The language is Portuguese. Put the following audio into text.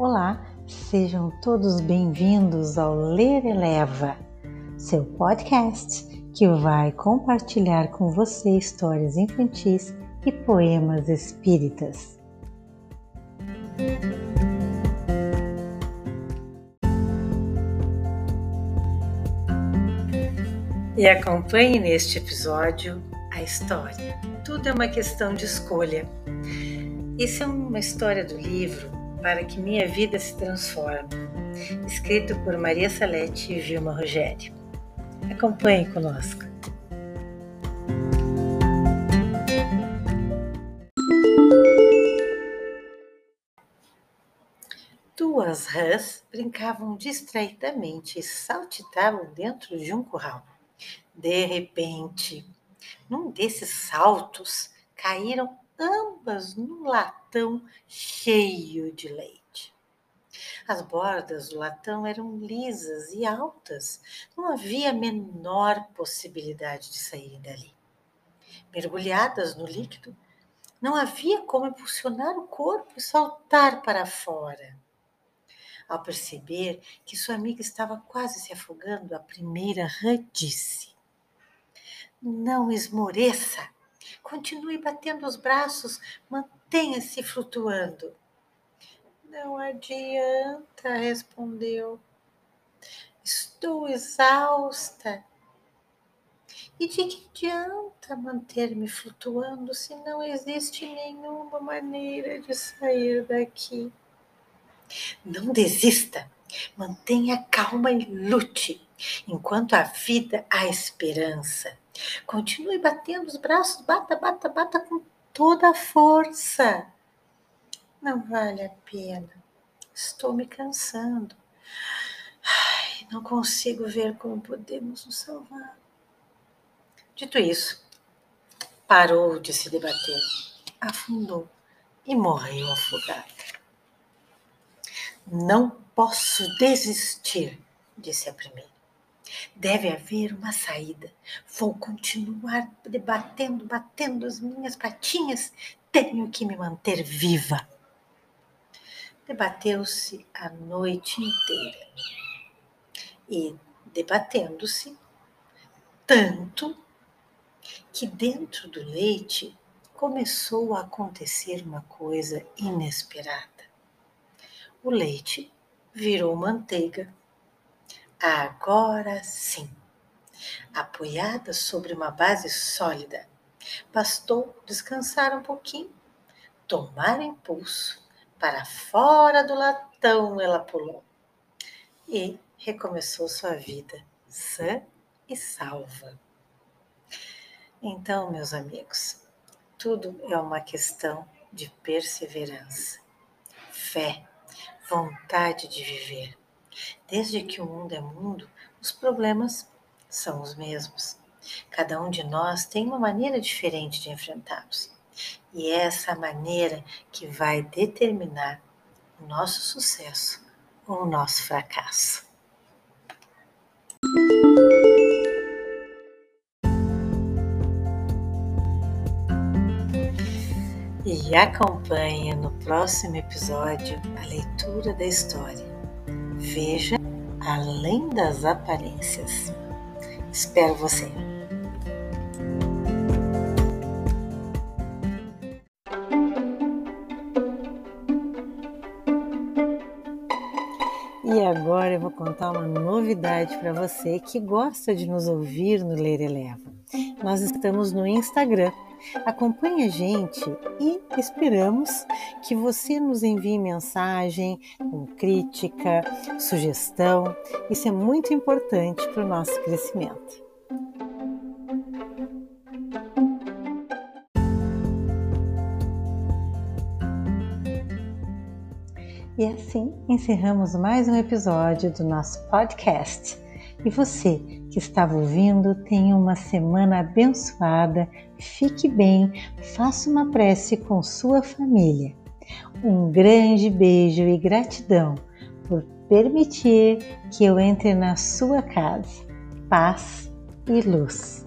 Olá, sejam todos bem-vindos ao Ler Eleva, seu podcast que vai compartilhar com você histórias infantis e poemas espíritas. E acompanhe neste episódio a história. Tudo é uma questão de escolha. Isso é uma história do livro Para que Minha Vida se Transforme, escrito por Maria Salete e Vilma Rogério. Acompanhe conosco. Duas rãs brincavam distraidamente e saltitavam dentro de um curral. De repente, num desses saltos, caíram ambas num latão cheio de leite. As bordas do latão eram lisas e altas, não havia a menor possibilidade de saírem dali. Mergulhadas no líquido, não havia como impulsionar o corpo e saltar para fora. Ao perceber que sua amiga estava quase se afogando, a primeira rã disse: "Não esmoreça, continue batendo os braços, mantenha-se flutuando." "Não adianta", respondeu. "Estou exausta." "E de que adianta manter-me flutuando se não existe nenhuma maneira de sair daqui?" "Não desista, mantenha calma e lute. Enquanto há vida, há esperança. Continue batendo os braços, bata, bata, bata com toda a força." "Não vale a pena. Estou me cansando. Ai, não consigo ver como podemos nos salvar." Dito isso, parou de se debater, afundou e morreu afogada. "Não posso desistir", disse a primeira. "Deve haver uma saída. Vou continuar batendo as minhas patinhas. Tenho que me manter viva." Debateu-se a noite inteira e, debatendo-se, tanto que dentro do leite começou a acontecer uma coisa inesperada. O leite virou manteiga. Agora sim, apoiada sobre uma base sólida, bastou descansar um pouquinho, tomar impulso. Para fora do latão ela pulou e recomeçou sua vida, sã e salva. Então, meus amigos, tudo é uma questão de perseverança, fé, vontade de viver. Desde que o mundo é mundo, os problemas são os mesmos. Cada um de nós tem uma maneira diferente de enfrentá-los. E é essa maneira que vai determinar o nosso sucesso ou o nosso fracasso. E acompanhe no próximo episódio a leitura da história. Veja além das aparências. Espero você. E agora eu vou contar uma novidade para você que gosta de nos ouvir no Ler Eleva. Nós estamos no Instagram. Acompanhe a gente e esperamos que você nos envie mensagem com crítica, sugestão. Isso é muito importante para o nosso crescimento. E assim encerramos mais um episódio do nosso podcast. E você que estava ouvindo, tenha uma semana abençoada, fique bem, faça uma prece com sua família. Um grande beijo e gratidão por permitir que eu entre na sua casa. Paz e luz.